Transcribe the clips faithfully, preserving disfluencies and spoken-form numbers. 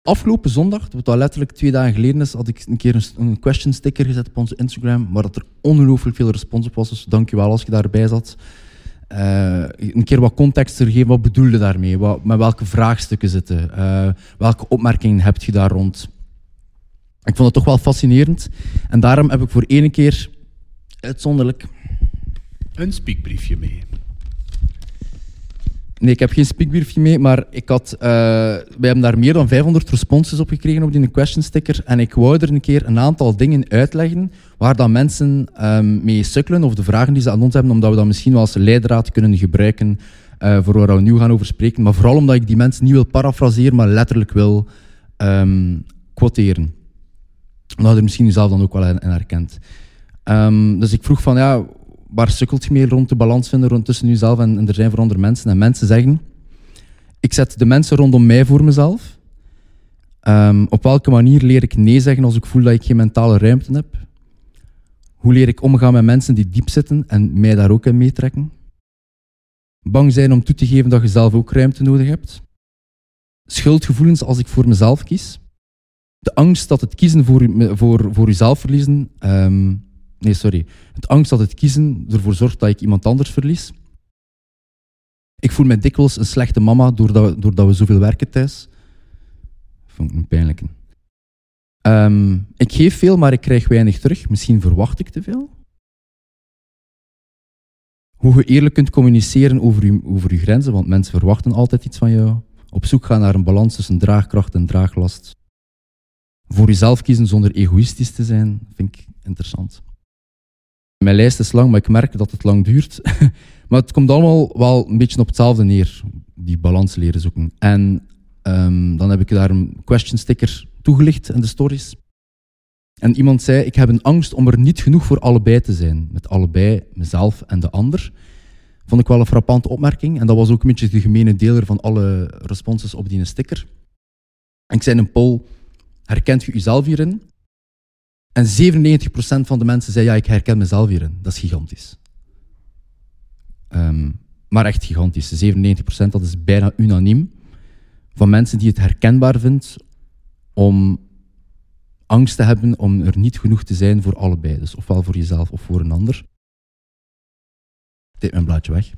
Afgelopen zondag, wat al letterlijk twee dagen geleden is, had ik een keer een, een question sticker gezet op onze Instagram, waar dat er ongelooflijk veel respons op was. Dus dankjewel als je daarbij zat. Uh, een keer wat context te geven, wat bedoel je daarmee? Wat, met welke vraagstukken zitten? Uh, welke opmerkingen heb je daar rond? Ik vond het toch wel fascinerend. En daarom heb ik voor één keer uitzonderlijk een speakbriefje mee. Nee, ik heb geen speakbriefje mee, maar ik had, uh, wij hebben daar meer dan vijfhonderd responses op gekregen op die question sticker. En ik wou er een keer een aantal dingen uitleggen waar dan mensen um, mee sukkelen, of de vragen die ze aan ons hebben, omdat we dat misschien wel als leidraad kunnen gebruiken uh, voor waar we nu gaan over spreken. Maar vooral omdat ik die mensen niet wil parafraseren, maar letterlijk wil um, quoteren. Omdat je er misschien jezelf dan ook wel in herkent. Um, dus ik vroeg van, ja, waar sukkelt je mee rond de balans vinden rond tussen jezelf en, en er zijn voor andere mensen? En mensen zeggen, ik zet de mensen rondom mij voor mezelf. Um, op welke manier leer ik nee zeggen als ik voel dat ik geen mentale ruimte heb? Hoe leer ik omgaan met mensen die diep zitten en mij daar ook in meetrekken? Bang zijn om toe te geven dat je zelf ook ruimte nodig hebt? Schuldgevoelens als ik voor mezelf kies? De angst dat het kiezen voor, voor, voor jezelf verliezen... Um, Nee, sorry. Het angst dat het kiezen ervoor zorgt dat ik iemand anders verlies. Ik voel me dikwijls een slechte mama doordat we, doordat we zoveel werken thuis. Vond ik een pijnlijke. Um, ik geef veel, maar ik krijg weinig terug. Misschien verwacht ik te veel. Hoe je eerlijk kunt communiceren over je, over je grenzen, want mensen verwachten altijd iets van jou. Op zoek gaan naar een balans tussen draagkracht en draaglast. Voor jezelf kiezen zonder egoïstisch te zijn, vind ik interessant. Mijn lijst is lang, maar ik merk dat het lang duurt. Maar het komt allemaal wel een beetje op hetzelfde neer, die balans leren zoeken. En um, dan heb ik daar een question sticker toegelicht in de stories. En iemand zei, ik heb een angst om er niet genoeg voor allebei te zijn. Met allebei, mezelf en de ander. Vond ik wel een frappante opmerking. En dat was ook een beetje de gemene deler van alle responses op die sticker. En ik zei in een poll, herkent je jezelf hierin? En zevenennegentig procent van de mensen zei, ja, ik herken mezelf hierin. Dat is gigantisch. Um, maar echt gigantisch. zevenennegentig procent, dat is bijna unaniem. Van mensen die het herkenbaar vinden om angst te hebben om er niet genoeg te zijn voor allebei. Dus ofwel voor jezelf of voor een ander. Ik deed mijn blaadje weg.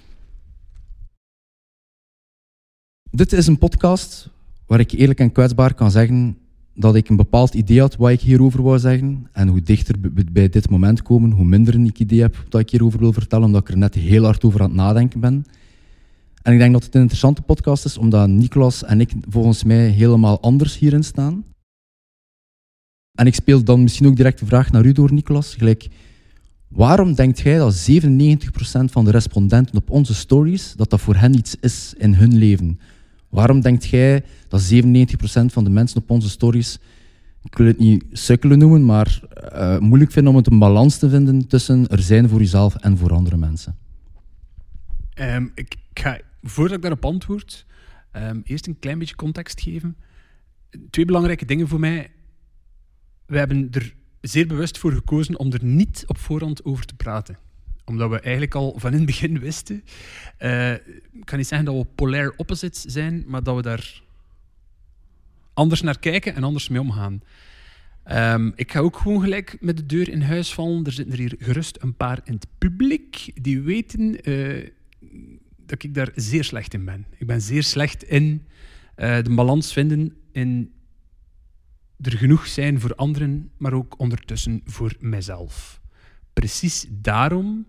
Dit is een podcast waar ik eerlijk en kwetsbaar kan zeggen dat ik een bepaald idee had wat ik hierover wou zeggen. En hoe dichter we bij dit moment komen, hoe minder ik idee heb wat ik hierover wil vertellen, omdat ik er net heel hard over aan het nadenken ben. En ik denk dat het een interessante podcast is, omdat Nicolas en ik volgens mij helemaal anders hierin staan. En ik speel dan misschien ook direct de vraag naar u door, Nicolas. Gelijk, waarom denkt jij dat zevenennegentig procent van de respondenten op onze stories, dat dat voor hen iets is in hun leven? Waarom denkt jij dat zevenennegentig procent van de mensen op onze stories, ik wil het niet sukkelen noemen, maar uh, moeilijk vinden om het een balans te vinden tussen er zijn voor jezelf en voor andere mensen? Um, ik ga, voordat ik daarop antwoord, um, eerst een klein beetje context geven. Twee belangrijke dingen voor mij. We hebben er zeer bewust voor gekozen om er niet op voorhand over te praten. Omdat we eigenlijk al van in het begin wisten. Uh, ik kan niet zeggen dat we polar opposites zijn, maar dat we daar anders naar kijken en anders mee omgaan. Um, ik ga ook gewoon gelijk met de deur in huis vallen. Er zitten er hier gerust een paar in het publiek die weten uh, dat ik daar zeer slecht in ben. Ik ben zeer slecht in uh, de balans vinden in er genoeg zijn voor anderen, maar ook ondertussen voor mijzelf. Precies daarom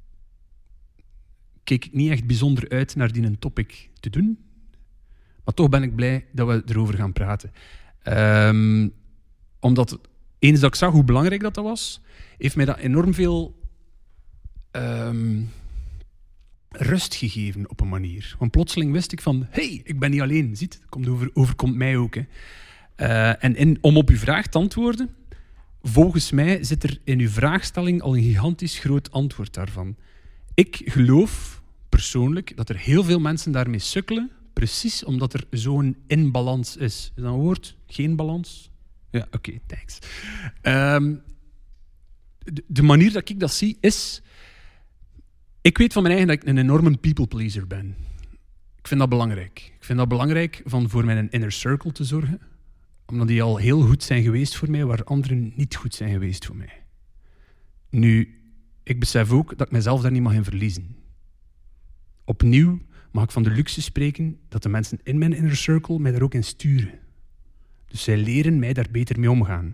keek ik niet echt bijzonder uit naar die een topic te doen. Maar toch ben ik blij dat we erover gaan praten. Um, omdat, eens dat ik zag hoe belangrijk dat, dat was, heeft mij dat enorm veel um, rust gegeven op een manier. Want plotseling wist ik van, hey, ik ben niet alleen. Ziet, het komt over, overkomt mij ook. Hè. Uh, en in, om op uw vraag te antwoorden, volgens mij zit er in uw vraagstelling al een gigantisch groot antwoord daarvan. Ik geloof persoonlijk dat er heel veel mensen daarmee sukkelen, precies omdat er zo'n inbalans is. Is dat een woord? Geen balans? Ja, oké, okay, thanks. Um, de, de manier dat ik dat zie is... Ik weet van mijn eigen dat ik een enorme people pleaser ben. Ik vind dat belangrijk. Ik vind dat belangrijk van voor mijn inner circle te zorgen, omdat die al heel goed zijn geweest voor mij, waar anderen niet goed zijn geweest voor mij. Nu, ik besef ook dat ik mezelf daar niet mag in verliezen. Opnieuw mag ik van de luxe spreken dat de mensen in mijn inner circle mij daar ook in sturen. Dus zij leren mij daar beter mee omgaan.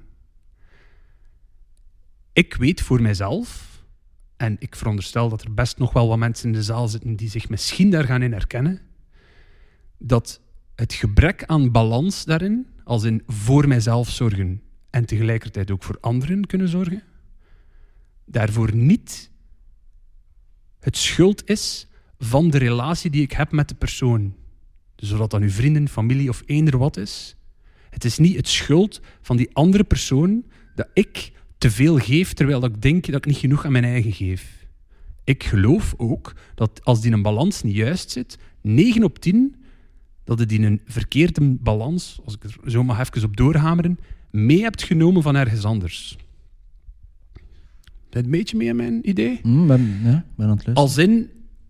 Ik weet voor mijzelf, en ik veronderstel dat er best nog wel wat mensen in de zaal zitten die zich misschien daar gaan in herkennen, dat het gebrek aan balans daarin, als in voor mijzelf zorgen en tegelijkertijd ook voor anderen kunnen zorgen, daarvoor niet het schuld is van de relatie die ik heb met de persoon. Dus of dat dan uw vrienden, familie of eender wat is. Het is niet het schuld van die andere persoon dat ik te veel geef, terwijl ik denk dat ik niet genoeg aan mijn eigen geef. Ik geloof ook dat als die een balans niet juist zit, negen op tien, dat het in een verkeerde balans, als ik er zo mag even op doorhameren, mee hebt genomen van ergens anders. Dat een beetje mee in mijn idee? Mm, ben, ja, ben aan het luisteren. Als in...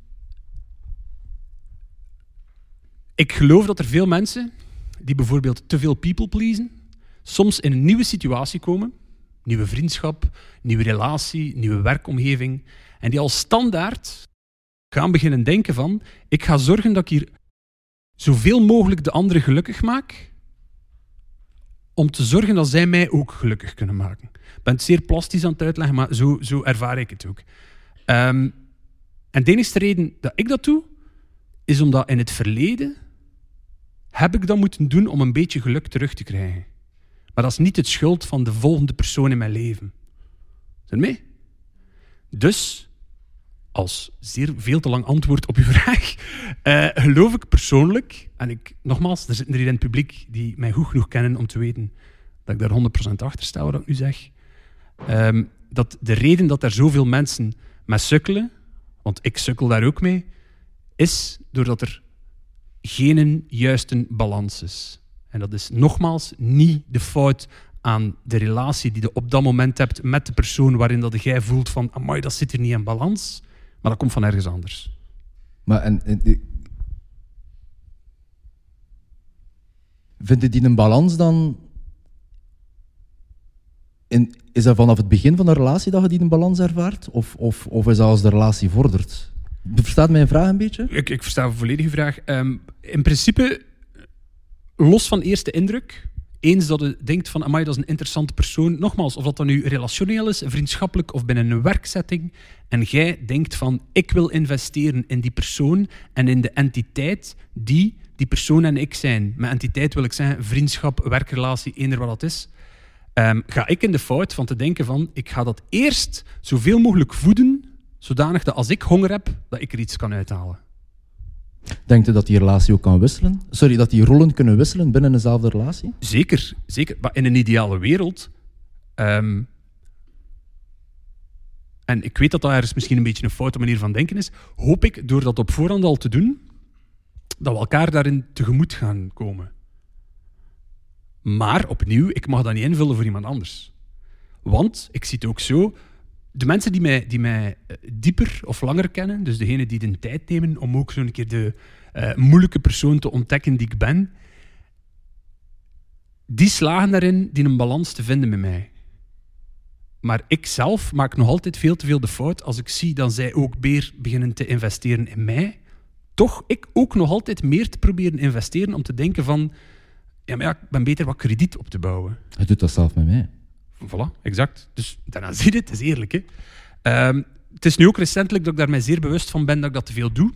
Ik geloof dat er veel mensen die bijvoorbeeld te veel people pleasen, soms in een nieuwe situatie komen, nieuwe vriendschap, nieuwe relatie, nieuwe werkomgeving, en die al standaard gaan beginnen denken van, ik ga zorgen dat ik hier zoveel mogelijk de anderen gelukkig maak, om te zorgen dat zij mij ook gelukkig kunnen maken. Ik ben het zeer plastisch aan het uitleggen, maar zo, zo ervaar ik het ook. Um, en de enige reden dat ik dat doe, is omdat in het verleden heb ik dat moeten doen om een beetje geluk terug te krijgen. Maar dat is niet het schuld van de volgende persoon in mijn leven. Zijn mee? Dus, als zeer veel te lang antwoord op uw vraag, uh, geloof ik persoonlijk, en ik, nogmaals, er zitten er hier in het publiek die mij goed genoeg kennen om te weten dat ik daar honderd procent achter sta wat ik nu zeg, um, dat de reden dat er zoveel mensen met sukkelen, want ik sukkel daar ook mee, is doordat er geen juiste balans is. En dat is nogmaals niet de fout aan de relatie die je op dat moment hebt met de persoon waarin dat jij voelt van amai, dat zit er niet in balans, maar dat komt van ergens anders. Maar en, en, vind je die een balans dan... In, is dat vanaf het begin van de relatie dat je die een balans ervaart? Of, of, of is dat als de relatie vordert? Verstaat mijn vraag een beetje? Ik, ik versta een volledige vraag. Um, in principe, los van eerste indruk, eens dat je denkt van amai, dat is een interessante persoon, nogmaals, of dat dan nu relationeel is, vriendschappelijk of binnen een werksetting, en jij denkt van ik wil investeren in die persoon en in de entiteit die die persoon en ik zijn. Met entiteit wil ik zeggen vriendschap, werkrelatie, eender wat dat is. Um, ga ik in de fout van te denken van ik ga dat eerst zoveel mogelijk voeden, zodanig dat als ik honger heb, dat ik er iets kan uithalen. Denkt u dat die relatie ook kan wisselen? Sorry, dat die rollen kunnen wisselen binnen dezelfde relatie? Zeker, zeker. Maar in een ideale wereld... Um, en ik weet dat dat ergens misschien een beetje een foute manier van denken is, hoop ik, door dat op voorhand al te doen, dat we elkaar daarin tegemoet gaan komen. Maar opnieuw, ik mag dat niet invullen voor iemand anders. Want, ik zie het ook zo, de mensen die mij, die mij dieper of langer kennen, dus degenen die de tijd nemen om ook zo'n keer de uh, moeilijke persoon te ontdekken die ik ben, die slagen daarin die een balans te vinden met mij. Maar ik zelf maak nog altijd veel te veel de fout als ik zie dat zij ook meer beginnen te investeren in mij. Toch ik ook nog altijd meer te proberen investeren om te denken van ja, maar ja, ik ben beter wat krediet op te bouwen. Je doet dat zelf met mij. Voilà, exact. Dus daarna zie je het, het is eerlijk. Hè. Um, het is nu ook recentelijk dat ik daar mij zeer bewust van ben dat ik dat te veel doe.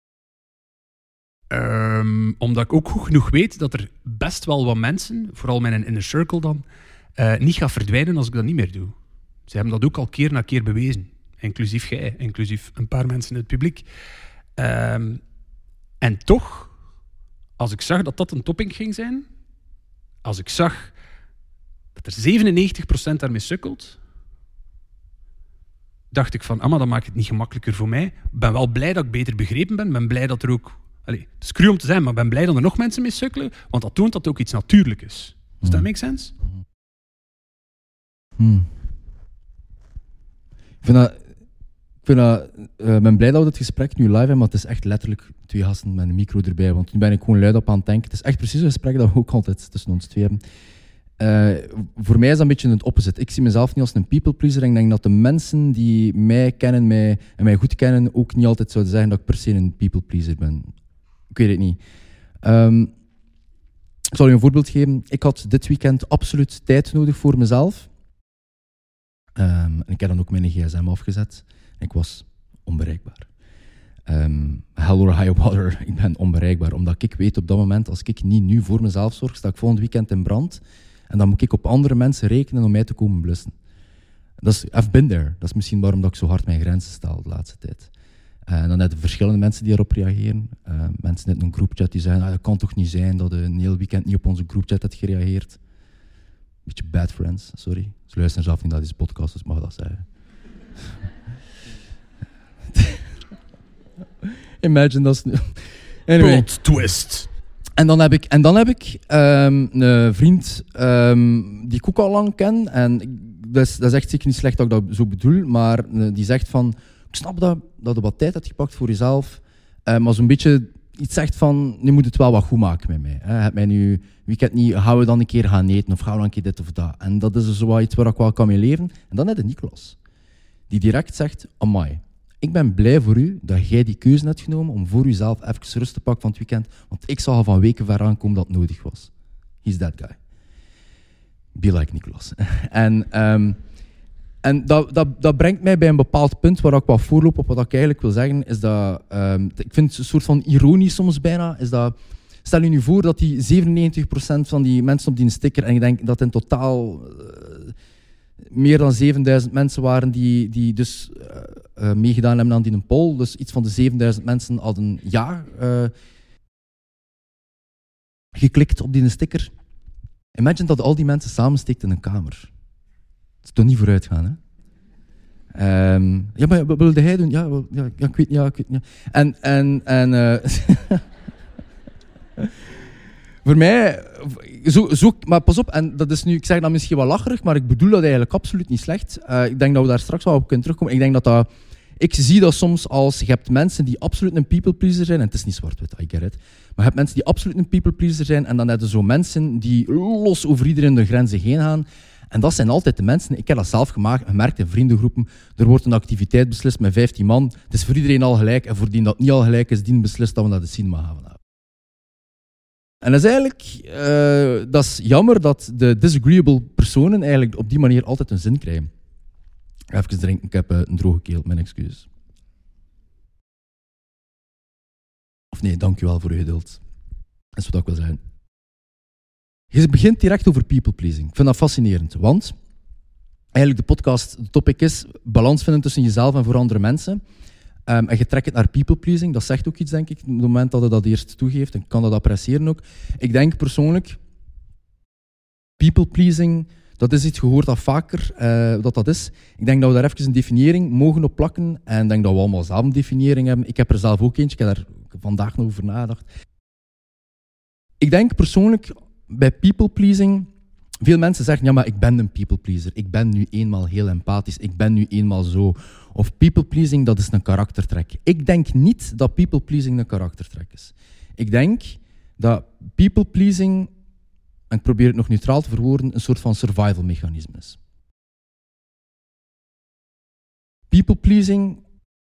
Um, omdat ik ook goed genoeg weet dat er best wel wat mensen, vooral mijn inner circle dan, uh, niet gaan verdwijnen als ik dat niet meer doe. Ze hebben dat ook al keer na keer bewezen. Inclusief jij, inclusief een paar mensen in het publiek. Um, en toch, als ik zag dat dat een topping ging zijn, als ik zag dat er zevenennegentig procent daarmee sukkelt, dacht ik van, ah, maar dat maakt het niet gemakkelijker voor mij. Ik ben wel blij dat ik beter begrepen ben. Ik ben blij dat er ook... Allez, het is cru om te zijn, maar ik ben blij dat er nog mensen mee sukkelen, want dat toont dat het ook iets natuurlijk is. Does that make sense? Hmm. Ik vind dat... vind dat, uh, ben blij dat we dit gesprek nu live hebben, maar het is echt letterlijk twee gasten met een micro erbij. Want nu ben ik gewoon luid op aan het denken. Het is echt precies een gesprek dat we ook altijd tussen ons twee hebben. Uh, voor mij is dat een beetje het opposite. Ik zie mezelf niet als een people pleaser. En ik denk dat de mensen die mij kennen mij, en mij goed kennen ook niet altijd zouden zeggen dat ik per se een people pleaser ben. Ik weet het niet. Um, ik zal je een voorbeeld geven. Ik had dit weekend absoluut tijd nodig voor mezelf. Um, en ik heb dan ook mijn gsm afgezet. En ik was onbereikbaar. Um, hell or high water, ik ben onbereikbaar. Omdat ik weet op dat moment, als ik niet nu voor mezelf zorg, sta ik volgend weekend in brand. En dan moet ik op andere mensen rekenen om mij te komen blussen. Dat is, I've been there. Dat is misschien waarom dat ik zo hard mijn grenzen stel de laatste tijd. Uh, en dan heb je verschillende mensen die erop reageren. Uh, mensen in een groupchat die zeggen, ah, dat kan toch niet zijn dat je een heel weekend niet op onze groupchat hebt gereageerd. Beetje bad friends, sorry. Ze luisteren zelf niet naar deze podcast, dus mag dat zeggen. Imagine dat is... Anyway. Plot twist. En dan heb ik, en dan heb ik um, een vriend um, die ik ook al lang ken. En ik, dat, is, dat is echt zeker niet slecht dat ik dat zo bedoel. Maar uh, die zegt van... Ik snap dat, dat je wat tijd hebt gepakt voor jezelf. Uh, maar zo'n beetje iets zegt van... Nu moet het wel wat goed maken met mij. Hè. Heb mij nu weekend niet... Gaan we dan een keer gaan eten? Of gaan we dan een keer dit of dat? En dat is zo iets waar ik wel kan mee leven. En dan heb je Nicolas. Die direct zegt... Amai. Ik ben blij voor u dat jij die keuze hebt genomen om voor uzelf even rust te pakken van het weekend. Want ik zag al van weken ver aankomen dat het nodig was. He's that guy. Be like Nicolas. en um, en dat, dat, dat brengt mij bij een bepaald punt waar ik wat voorloop op wat ik eigenlijk wil zeggen. Is dat, um, ik vind het een soort van ironie soms bijna. Is dat, stel je nu voor dat die zevenennegentig procent van die mensen op die sticker, en ik denk dat in totaal... Uh, meer dan zevenduizend mensen waren die, die dus uh, uh, meegedaan hebben aan die poll. Dus iets van de zevenduizend mensen hadden ja uh, geklikt op die sticker. Imagine dat al die mensen samensteekt in een kamer. Dat is toch niet vooruit gaan, hè? Um, ja, maar wat wilde hij doen? Ja, wel, ja, ja, ik weet niet. Ja, ik weet niet ja. En... en, en uh, voor mij, zo, zo, maar pas op, en dat is nu, ik zeg dat misschien wel lacherig, maar ik bedoel dat eigenlijk absoluut niet slecht. Uh, ik denk dat we daar straks wel op kunnen terugkomen. Ik denk dat dat, ik zie dat soms als, je hebt mensen die absoluut een people pleaser zijn, en het is niet zwart-wit, I get it, maar je hebt mensen die absoluut een people pleaser zijn, en dan heb je zo mensen die los over iedereen de grenzen heen gaan. En dat zijn altijd de mensen, ik heb dat zelf gemaakt, gemerkt in vriendengroepen, er wordt een activiteit beslist met vijftien man, het is voor iedereen al gelijk, en voor die dat niet al gelijk is, die beslist dat we naar de cinema gaan. En dat is eigenlijk uh, dat is jammer dat de disagreeable personen eigenlijk op die manier altijd een zin krijgen. Even drinken, ik heb uh, een droge keel, mijn excuses. Of nee, dank u wel voor uw geduld. Dat is wat ik wil zeggen. Je begint direct over people pleasing. Ik vind dat fascinerend, want eigenlijk de podcast, de topic is balans vinden tussen jezelf en voor andere mensen. Um, en je trekt het naar people pleasing, dat zegt ook iets, denk ik, op het moment dat je dat eerst toegeeft. En ik kan dat appreciëren ook. Ik denk persoonlijk, people pleasing, dat is iets gehoord dat vaker uh, dat dat is. Ik denk dat we daar even een definiëring mogen op plakken. En ik denk dat we allemaal zelf een definiëring hebben. Ik heb er zelf ook eentje, ik heb daar vandaag nog over nagedacht. Ik denk persoonlijk, bij people pleasing, veel mensen zeggen, ja, maar ik ben een people pleaser. Ik ben nu eenmaal heel empathisch. Ik ben nu eenmaal zo. Of people pleasing, dat is een karaktertrek. Ik denk niet dat people pleasing een karaktertrek is. Ik denk dat people pleasing, en ik probeer het nog neutraal te verwoorden, een soort van survival mechanisme is. People pleasing,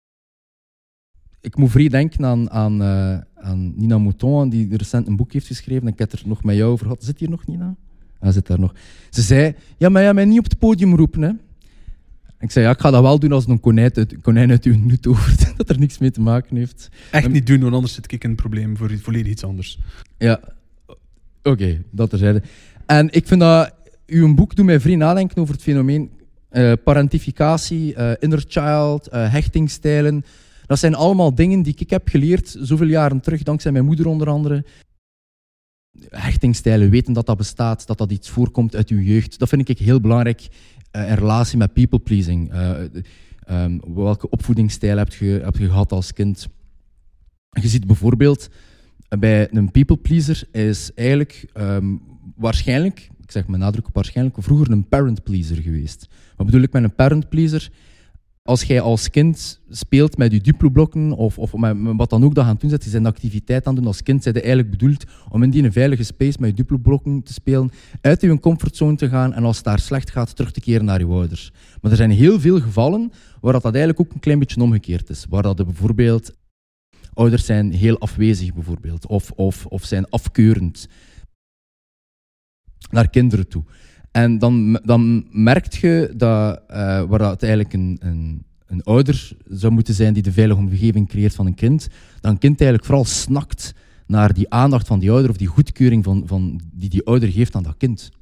ik moet vrij denken aan, aan, uh, aan Nina Mouton, die recent een boek heeft geschreven. En ik heb het er nog met jou over gehad. Zit hier nog, Nina? Hij zit daar nog. Ze zei, ja, maar jij mij niet op het podium roepen, hè. Ik zei, ja, ik ga dat wel doen als een konijn uit, konijn uit uw nut hoort, dat er niks mee te maken heeft. Echt niet doen, want anders zit ik in een probleem voor volledig iets anders. Ja, oké, okay, dat terzijde. En ik vind dat, uw boek doet mij vrij nadenken over het fenomeen uh, parentificatie, uh, inner child, uh, hechtingstijlen. Dat zijn allemaal dingen die ik heb geleerd zoveel jaren terug, dankzij mijn moeder onder andere. Hechtingstijlen, weten dat dat bestaat, dat dat iets voorkomt uit uw jeugd. Dat vind ik heel belangrijk uh, in relatie met people pleasing. Uh, um, welke opvoedingsstijl heb je, heb je gehad als kind? Je ziet bijvoorbeeld bij een people pleaser is eigenlijk um, waarschijnlijk, ik zeg met nadruk op waarschijnlijk, vroeger een parent pleaser geweest. Wat bedoel ik met een parent pleaser? Als jij als kind speelt met je Duplo-blokken of, of met, met wat dan ook dat aan het doen zit, je bent een activiteit aan het doen als kind, zijn je eigenlijk bedoeld om in die een veilige space met je Duplo-blokken te spelen, uit je comfortzone te gaan en als het daar slecht gaat, terug te keren naar je ouders. Maar er zijn heel veel gevallen waar dat eigenlijk ook een klein beetje omgekeerd is. Waar dat bijvoorbeeld ouders zijn heel afwezig bijvoorbeeld, of, of, of zijn afkeurend naar kinderen toe. En dan, dan merk je dat, uh, waar dat eigenlijk een, een, een ouder zou moeten zijn die de veilige omgeving creëert van een kind, dat een kind eigenlijk vooral snakt naar die aandacht van die ouder of die goedkeuring van, van die die ouder geeft aan dat kind.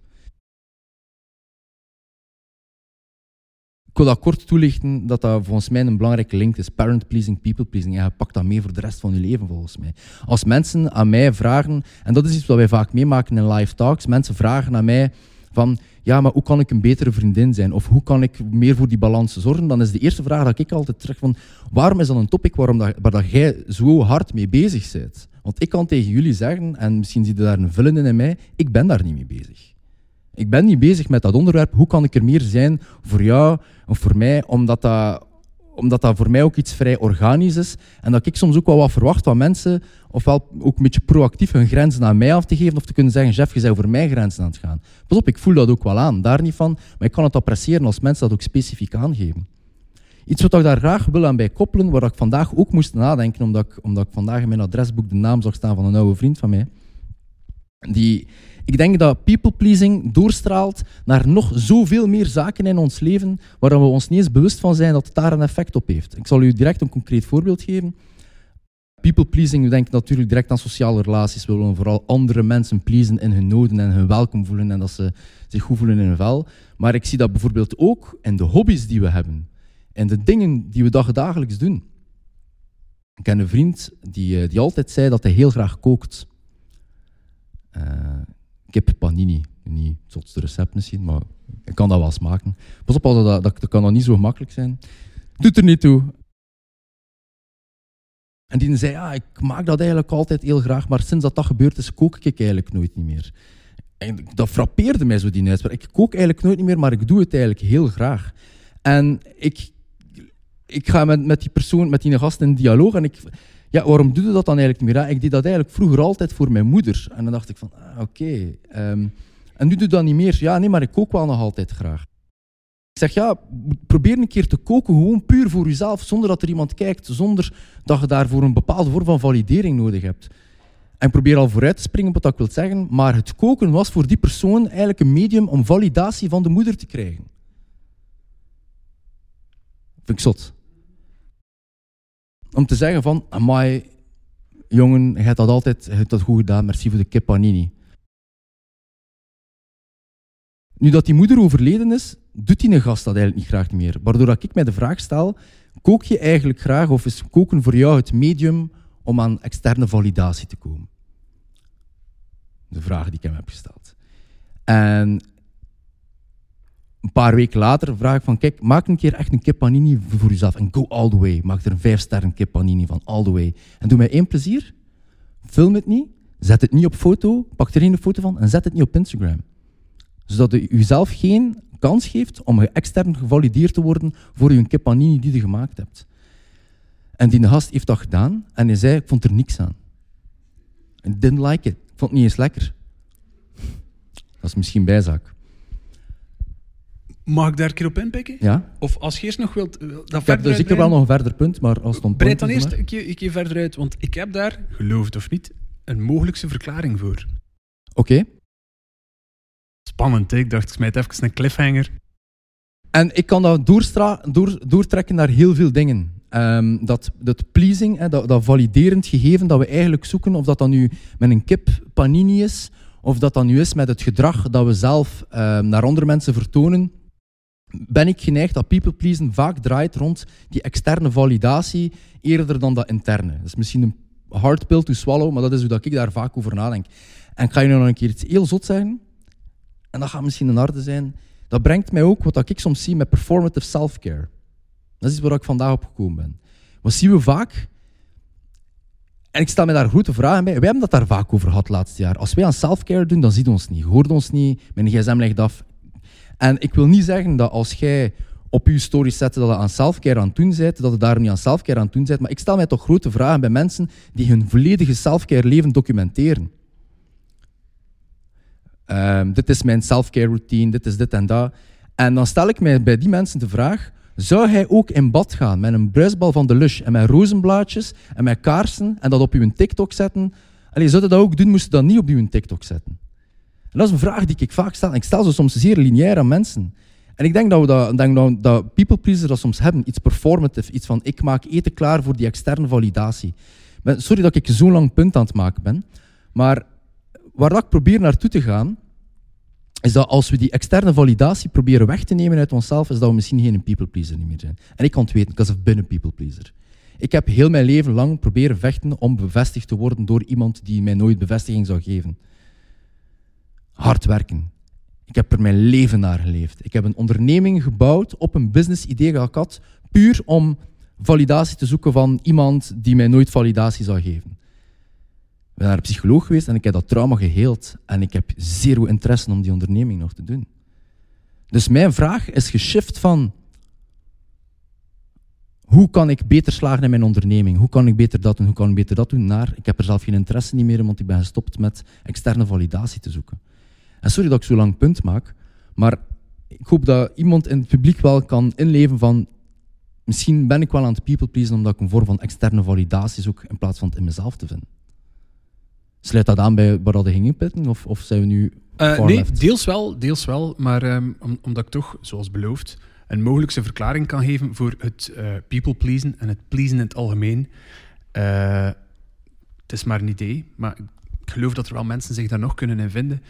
Ik wil dat kort toelichten dat dat volgens mij een belangrijke link is. Parent-pleasing, people-pleasing. Ja, je pakt dat mee voor de rest van je leven volgens mij. Als mensen aan mij vragen, en dat is iets wat wij vaak meemaken in live talks, mensen vragen aan mij van, ja, maar hoe kan ik een betere vriendin zijn? Of hoe kan ik meer voor die balans zorgen? Dan is de eerste vraag dat ik altijd terug van, waarom is dat een topic waarom dat, waar dat jij zo hard mee bezig bent? Want ik kan tegen jullie zeggen, en misschien zie je daar een vullen in mij, ik ben daar niet mee bezig. Ik ben niet bezig met dat onderwerp, hoe kan ik er meer zijn voor jou of voor mij, omdat dat, omdat dat voor mij ook iets vrij organisch is en dat ik soms ook wel wat verwacht van mensen, ofwel ook een beetje proactief hun grenzen aan mij af te geven of te kunnen zeggen, Jeff, je bent over mijn grenzen aan het gaan. Pas op, ik voel dat ook wel aan, daar niet van, maar ik kan het appreciëren als mensen dat ook specifiek aangeven. Iets wat ik daar graag wil aan bij koppelen, waar ik vandaag ook moest nadenken, omdat ik, omdat ik vandaag in mijn adresboek de naam zag staan van een oude vriend van mij, die... Ik denk dat people-pleasing doorstraalt naar nog zoveel meer zaken in ons leven waar we ons niet eens bewust van zijn dat het daar een effect op heeft. Ik zal u direct een concreet voorbeeld geven. People-pleasing, we denken natuurlijk direct aan sociale relaties. We willen vooral andere mensen pleasen in hun noden en hun welkom voelen en dat ze zich goed voelen in hun vel. Maar ik zie dat bijvoorbeeld ook in de hobby's die we hebben en de dingen die we dagelijks doen. Ik ken een vriend die, die altijd zei dat hij heel graag kookt. Uh, Kip panini. Niet het zotste recept misschien, maar ik kan dat wel smaken. Pas op, dat, dat, dat kan dat niet zo gemakkelijk zijn. Doet er niet toe. En die zei, ja, ik maak dat eigenlijk altijd heel graag, maar sinds dat dat gebeurd is, kook ik eigenlijk nooit niet meer. En dat frappeerde mij zo, die uitspraak. Ik kook eigenlijk nooit niet meer, maar ik doe het eigenlijk heel graag. En ik, ik ga met, met die persoon, met die gast in dialoog en ik... Ja, waarom doe je dat dan eigenlijk niet meer? Ik deed dat eigenlijk vroeger altijd voor mijn moeder. En dan dacht ik van, ah, oké. Okay. Um, en nu doe je dat niet meer. Ja, nee, maar ik kook wel nog altijd graag. Ik zeg, ja, probeer een keer te koken, gewoon puur voor jezelf, zonder dat er iemand kijkt, zonder dat je daarvoor een bepaalde vorm van validering nodig hebt. En ik probeer al vooruit te springen op wat ik wil zeggen, maar het koken was voor die persoon eigenlijk een medium om validatie van de moeder te krijgen. Vind ik zot. Om te zeggen van, amai, jongen, je hebt dat altijd je hebt dat goed gedaan, merci voor de kip panini. Nu dat die moeder overleden is, doet die een gast dat eigenlijk niet graag meer. Waardoor dat ik mij de vraag stel, kook je eigenlijk graag of is koken voor jou het medium om aan externe validatie te komen? De vraag die ik hem heb gesteld. En een paar weken later vraag ik van, kijk, maak een keer echt een kip panini voor jezelf en go all the way. Maak er een vijf sterren kip panini van, all the way. En doe mij één plezier, film het niet, zet het niet op foto, pak er een foto van en zet het niet op Instagram. Zodat je jezelf geen kans geeft om extern gevalideerd te worden voor je kip panini die je gemaakt hebt. En die gast heeft dat gedaan en hij zei, ik vond er niks aan. I didn't like it. Ik vond het niet eens lekker. Dat is misschien bijzaak. Mag ik daar een keer op inpikken? Ja. Of als je eerst nog wilt... Uh, dat ik heb dus zeker wel nog een verder punt, maar als het om breid dan is, eerst een keer, een keer verder uit, want ik heb daar, geloof het of niet, een mogelijkse verklaring voor. Oké. Okay. Spannend, hè? Ik dacht, ik smijt even een cliffhanger. En ik kan dat doorstra- door, doortrekken naar heel veel dingen. Um, dat, dat pleasing, hè, dat, dat validerend gegeven dat we eigenlijk zoeken, of dat dan nu met een kip panini is, of dat dan nu is met het gedrag dat we zelf um, naar andere mensen vertonen, ben ik geneigd dat people pleasen vaak draait rond die externe validatie eerder dan dat interne. Dat is misschien een hard pill to swallow, maar dat is hoe dat ik daar vaak over nadenk. En ik ga je nog een keer iets heel zot zeggen, en dat gaat misschien een harde zijn. Dat brengt mij ook wat ik soms zie met performative self-care. Dat is iets waar ik vandaag op gekomen ben. Wat zien we vaak? En ik stel me daar grote vragen bij. Wij hebben dat daar vaak over gehad het laatste jaar. Als wij aan self-care doen, dan ziet ons niet. Je hoort ons niet. Mijn gsm ligt af. En ik wil niet zeggen dat als jij op je stories zetten dat je aan selfcare aan het doen bent, dat je daarom niet aan selfcare aan het doen bent. Maar ik stel mij toch grote vragen bij mensen die hun volledige selfcare leven documenteren. Um, dit is mijn selfcare routine, dit is dit en dat. En dan stel ik mij bij die mensen de vraag, zou hij ook in bad gaan met een bruisbal van de Lush en met rozenblaadjes en met kaarsen en dat op uw TikTok zetten? Allee, zou je dat ook doen, moest je dat niet op uw TikTok zetten? En dat is een vraag die ik vaak stel. En ik stel ze soms zeer lineair aan mensen. En ik denk dat we dat, denk dat, dat people pleasers dat soms hebben. Iets performative, iets van ik maak eten klaar voor die externe validatie. Sorry dat ik zo'n lang punt aan het maken ben. Maar waar dat ik probeer naartoe te gaan, is dat als we die externe validatie proberen weg te nemen uit onszelf, is dat we misschien geen people pleaser meer zijn. En ik kan het weten, because I've been a people pleaser. Ik heb heel mijn leven lang proberen vechten om bevestigd te worden door iemand die mij nooit bevestiging zou geven. Hard werken. Ik heb er mijn leven naar geleefd. Ik heb een onderneming gebouwd op een business-idee dat ik had, puur om validatie te zoeken van iemand die mij nooit validatie zou geven. Ik ben naar een psycholoog geweest en ik heb dat trauma geheeld. En ik heb zero interesse om die onderneming nog te doen. Dus mijn vraag is geshift van hoe kan ik beter slagen in mijn onderneming? Hoe kan ik beter dat doen? Hoe kan ik beter dat doen? Naar, ik heb er zelf geen interesse niet meer in, want ik ben gestopt met externe validatie te zoeken. En sorry dat ik zo lang punt maak, maar ik hoop dat iemand in het publiek wel kan inleven van misschien ben ik wel aan het people pleasen omdat ik een vorm van externe validatie zoek in plaats van het in mezelf te vinden. Sluit dat aan bij waar we gingen pitten? Of, of zijn we nu uh, Nee, deels wel, deels wel. Maar um, om, omdat ik toch, zoals beloofd, een mogelijkse verklaring kan geven voor het uh, people pleasen en het pleasen in het algemeen. Uh, het is maar een idee, maar ik geloof dat er wel mensen zich daar nog kunnen in vinden.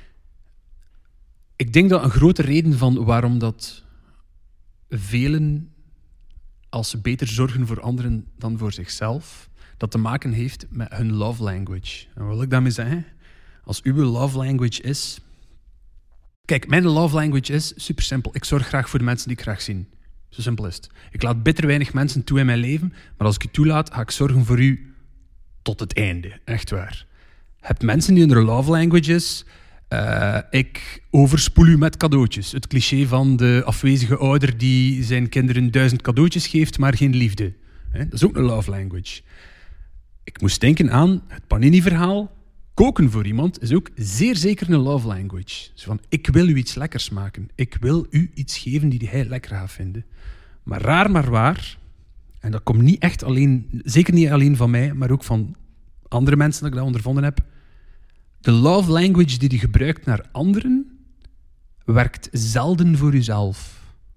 Ik denk dat een grote reden van waarom dat velen, als ze beter zorgen voor anderen dan voor zichzelf, dat te maken heeft met hun love language. En wat wil ik daarmee zeggen? Als uw love language is... Kijk, mijn love language is super simpel. Ik zorg graag voor de mensen die ik graag zie. Zo simpel is het. Ik laat bitter weinig mensen toe in mijn leven, maar als ik u toelaat, ga ik zorgen voor u tot het einde. Echt waar. Je hebt mensen die hun love language is... Uh, ik overspoel u met cadeautjes. Het cliché van de afwezige ouder die zijn kinderen duizend cadeautjes geeft, maar geen liefde. He, dat is ook een love language. Ik moest denken aan het Panini-verhaal. Koken voor iemand is ook zeer zeker een love language. Dus van, ik wil u iets lekkers maken. Ik wil u iets geven die hij lekker gaat vinden. Maar raar maar waar, en dat komt niet echt alleen, zeker niet alleen van mij, maar ook van andere mensen dat ik dat ondervonden heb. De love language die je gebruikt naar anderen, werkt zelden voor jezelf.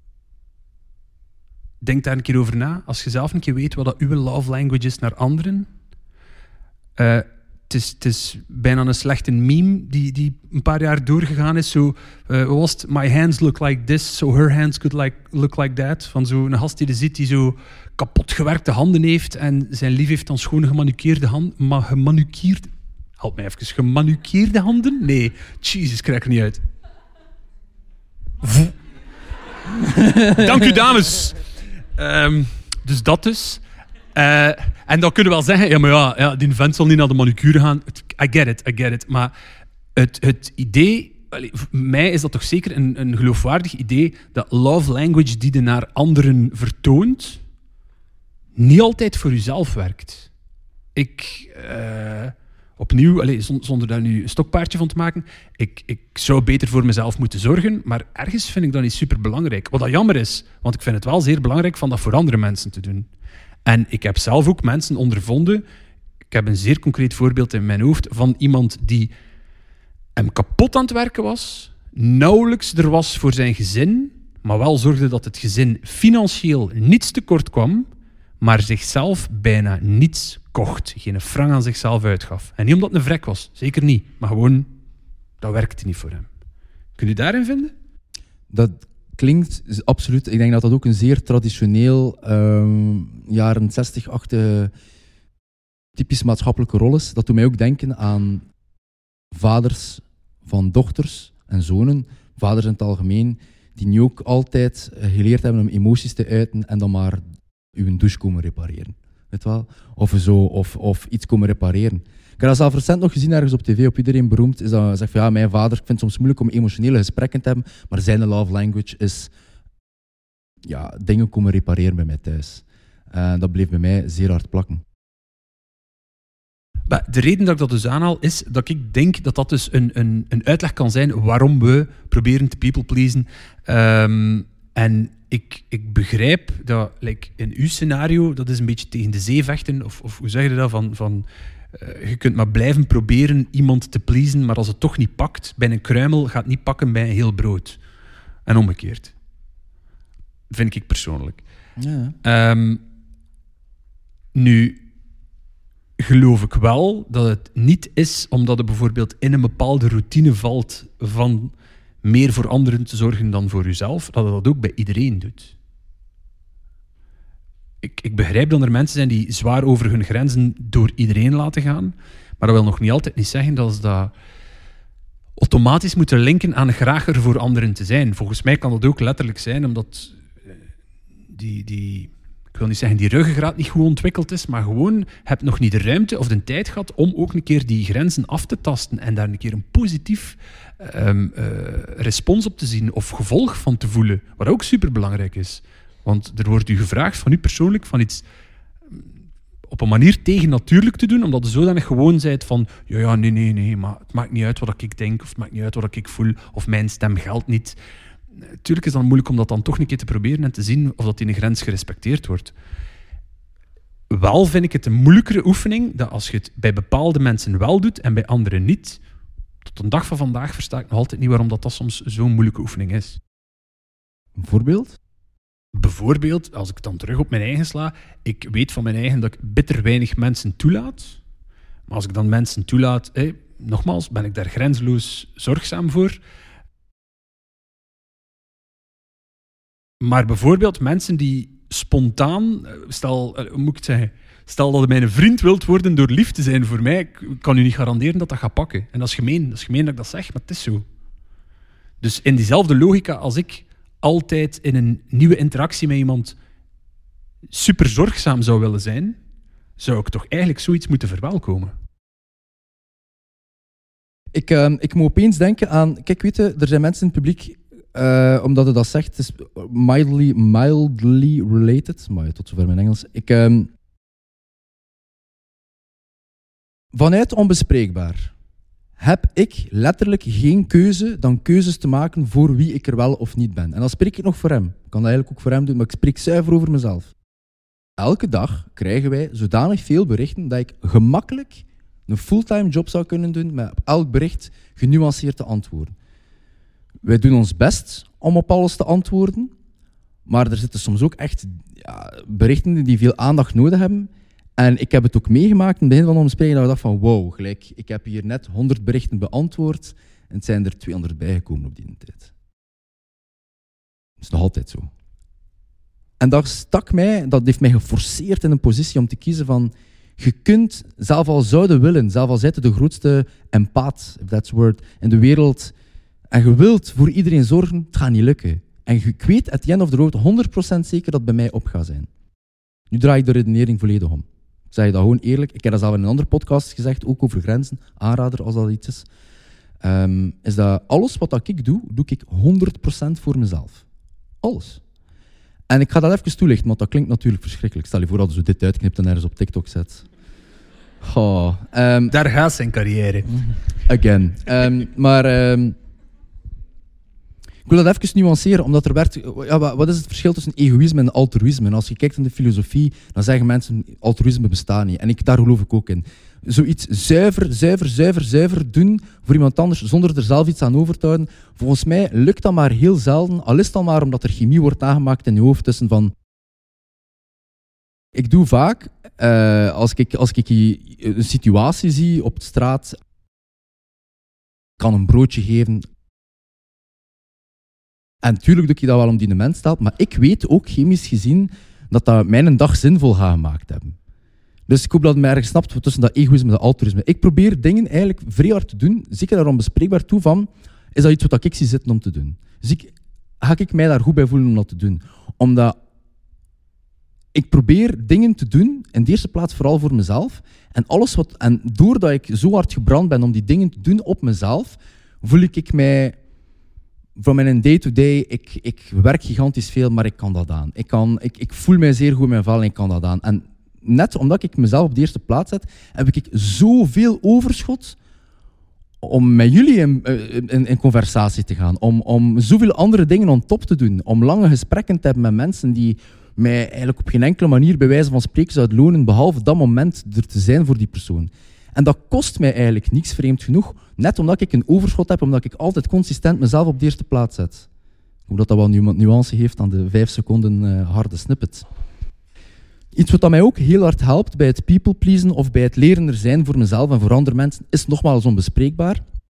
Denk daar een keer over na. Als je zelf een keer weet wat dat uw love language is naar anderen. Uh, het, is, het is bijna een slechte meme die, die een paar jaar doorgegaan is. Zo, uh, was het, my hands look like this, so her hands could like, look like that. Van zo'n gast die je ziet die zo kapot gewerkte handen heeft en zijn lief heeft dan schoon gemanicureerde handen. Maar gemanicureerde... Help mij even. Gemanicureerde handen? Nee. Jezus, ik krijg er niet uit. Dank u, dames. Um, dus dat dus. Uh, en dan kunnen we wel zeggen, ja, maar ja, ja, die vent zal niet naar de manicure gaan. I get it, I get it. Maar het, het idee, voor mij is dat toch zeker een, een geloofwaardig idee, dat love language die je naar anderen vertoont, niet altijd voor jezelf werkt. Ik... Uh, Opnieuw, allez, zonder daar nu een stokpaardje van te maken, ik, ik zou beter voor mezelf moeten zorgen, maar ergens vind ik dat niet superbelangrijk. Wat dat jammer is, want ik vind het wel zeer belangrijk van dat voor andere mensen te doen. En ik heb zelf ook mensen ondervonden, ik heb een zeer concreet voorbeeld in mijn hoofd, van iemand die hem kapot aan het werken was, nauwelijks er was voor zijn gezin, maar wel zorgde dat het gezin financieel niets tekort kwam, maar zichzelf bijna niets kocht. Geen frank aan zichzelf uitgaf. En niet omdat het een vrek was, zeker niet. Maar gewoon, dat werkte niet voor hem. Kun je daarin vinden? Dat klinkt absoluut... Ik denk dat dat ook een zeer traditioneel, um, jaren zestig-achtige typisch maatschappelijke rol is. Dat doet mij ook denken aan vaders van dochters en zonen, vaders in het algemeen, die nu ook altijd geleerd hebben om emoties te uiten en dan maar uw douche komen repareren. Weet wel? Of, zo, of, of iets komen repareren. Ik heb dat zelf recent nog gezien ergens op tv, op Iedereen Beroemd, is dat zegt van ja, mijn vader, ik vind het soms moeilijk om emotionele gesprekken te hebben, maar zijn love language is ja, dingen komen repareren bij mij thuis. Uh, dat bleef bij mij zeer hard plakken. Maar de reden dat ik dat dus aanhaal, is dat ik denk dat dat dus een, een, een uitleg kan zijn waarom we proberen te people-pleasen. Um, en ik, ik begrijp dat like, in uw scenario, dat is een beetje tegen de zee vechten, of, of hoe zeg je dat, van... van uh, je kunt maar blijven proberen iemand te pleasen, maar als het toch niet pakt, bij een kruimel gaat het niet pakken bij een heel brood. En omgekeerd. Vind ik persoonlijk. Ja. Um, nu... geloof ik wel dat het niet is omdat het bijvoorbeeld in een bepaalde routine valt van meer voor anderen te zorgen dan voor jezelf, dat het dat ook bij iedereen doet. Ik, ik begrijp dat er mensen zijn die zwaar over hun grenzen door iedereen laten gaan, maar dat wil nog niet altijd niet zeggen dat ze dat automatisch moeten linken aan graag er voor anderen te zijn. Volgens mij kan dat ook letterlijk zijn, omdat die... die ik wil niet zeggen die ruggengraat niet goed ontwikkeld is, maar gewoon heb nog niet de ruimte of de tijd gehad om ook een keer die grenzen af te tasten en daar een keer een positief um, uh, respons op te zien of gevolg van te voelen, wat ook superbelangrijk is. Want er wordt u gevraagd van u persoonlijk van iets op een manier tegennatuurlijk te doen, omdat je zodanig gewoon bent van ja, ja, nee, nee, nee, maar het maakt niet uit wat ik denk of het maakt niet uit wat ik voel of mijn stem geldt niet. Natuurlijk is het dan moeilijk om dat dan toch een keer te proberen en te zien of dat in een grens gerespecteerd wordt. Wel vind ik het een moeilijkere oefening dat als je het bij bepaalde mensen wel doet en bij anderen niet, tot een dag van vandaag versta ik nog altijd niet waarom dat, dat soms zo'n moeilijke oefening is. Een voorbeeld? Bijvoorbeeld, als ik dan terug op mijn eigen sla, ik weet van mijn eigen dat ik bitter weinig mensen toelaat. Maar als ik dan mensen toelaat, hé, nogmaals, ben ik daar grenzeloos zorgzaam voor. Maar bijvoorbeeld mensen die spontaan, stel, hoe moet ik het zeggen, stel dat je mijn vriend wilt worden door lief te zijn voor mij, ik kan u niet garanderen dat dat gaat pakken. En dat is gemeen, dat is gemeen dat ik dat zeg, maar het is zo. Dus in diezelfde logica, als ik altijd in een nieuwe interactie met iemand super zorgzaam zou willen zijn, zou ik toch eigenlijk zoiets moeten verwelkomen. Ik, uh, ik moet opeens denken aan, kijk, weet je, er zijn mensen in het publiek. Uh, omdat het dat zegt, het is mildly, mildly related. Maar tot zover mijn Engels. Ik, um, vanuit onbespreekbaar heb ik letterlijk geen keuze dan keuzes te maken voor wie ik er wel of niet ben. En dan spreek ik nog voor hem. Ik kan dat eigenlijk ook voor hem doen, maar ik spreek zuiver over mezelf. Elke dag krijgen wij zodanig veel berichten dat ik gemakkelijk een fulltime job zou kunnen doen met op elk bericht genuanceerd te antwoorden. Wij doen ons best om op alles te antwoorden, maar er zitten soms ook echt ja, berichten die veel aandacht nodig hebben. En ik heb het ook meegemaakt in het begin van ons spreken dat ik dacht van wow, gelijk, ik heb hier net honderd berichten beantwoord en het zijn er tweehonderd bijgekomen op die tijd. Dat is nog altijd zo. En dat stak mij, dat heeft mij geforceerd in een positie om te kiezen van je kunt, zelf al zouden willen, zelf al zijt je de grootste empaat, if that's a word, in de wereld, en je wilt voor iedereen zorgen, het gaat niet lukken. En ik weet at the end of the road honderd procent zeker dat het bij mij op gaat zijn. Nu draai ik de redenering volledig om. Ik zeg je dat gewoon eerlijk. Ik heb dat zelf in een andere podcast gezegd, ook over grenzen. Aanrader als dat iets is. Um, is dat alles wat ik doe, doe ik honderd procent voor mezelf. Alles. En ik ga dat even toelichten, want dat klinkt natuurlijk verschrikkelijk. Stel je voor dat je zo dit uitknipt en ergens op TikTok zet. Oh, um, Daar gaat zijn carrière. Again. Um, maar... Um, Ik wil dat even nuanceren, omdat er werd... Ja, wat is het verschil tussen egoïsme en altruïsme? En als je kijkt in de filosofie, dan zeggen mensen, altruïsme bestaat niet. En ik, daar geloof ik ook in. Zoiets zuiver, zuiver, zuiver, zuiver doen voor iemand anders, zonder er zelf iets aan over te houden. Volgens mij lukt dat maar heel zelden, al is het al maar omdat er chemie wordt aangemaakt in je hoofd tussen van... Ik doe vaak, uh, als ik, als ik een situatie zie op de straat, ik kan een broodje geven... En natuurlijk doe ik dat wel om die de mens stelt, maar ik weet ook chemisch gezien dat dat mij een dag zinvol gaat gemaakt hebben. Dus ik hoop dat het mij ergens snapt tussen dat egoïsme en dat altruïsme. Ik probeer dingen eigenlijk vrij hard te doen, zeker daarom bespreekbaar toe van, is dat iets wat ik zie zitten om te doen. Dus ik, ga ik mij daar goed bij voelen om dat te doen. Omdat ik probeer dingen te doen, in de eerste plaats vooral voor mezelf, en, alles wat, en doordat ik zo hard gebrand ben om die dingen te doen op mezelf, voel ik mij... van mijn day-to-day, ik, ik werk gigantisch veel, maar ik kan dat aan. Ik, kan, ik, ik voel mij zeer goed in mijn vel en ik kan dat aan. En net omdat ik mezelf op de eerste plaats zet, heb ik zoveel overschot om met jullie in, in, in conversatie te gaan. Om, om zoveel andere dingen on top te doen. Om lange gesprekken te hebben met mensen die mij eigenlijk op geen enkele manier bij wijze van spreken zouden lonen, behalve dat moment er te zijn voor die persoon. En dat kost mij eigenlijk niks, vreemd genoeg, net omdat ik een overschot heb, omdat ik altijd consistent mezelf op de eerste plaats zet. Ik hoop dat dat wel nu nuance heeft aan de vijf seconden uh, harde snippet. Iets wat mij ook heel hard helpt bij het people pleasen of bij het leren er zijn voor mezelf en voor andere mensen, is nogmaals onbespreekbaar.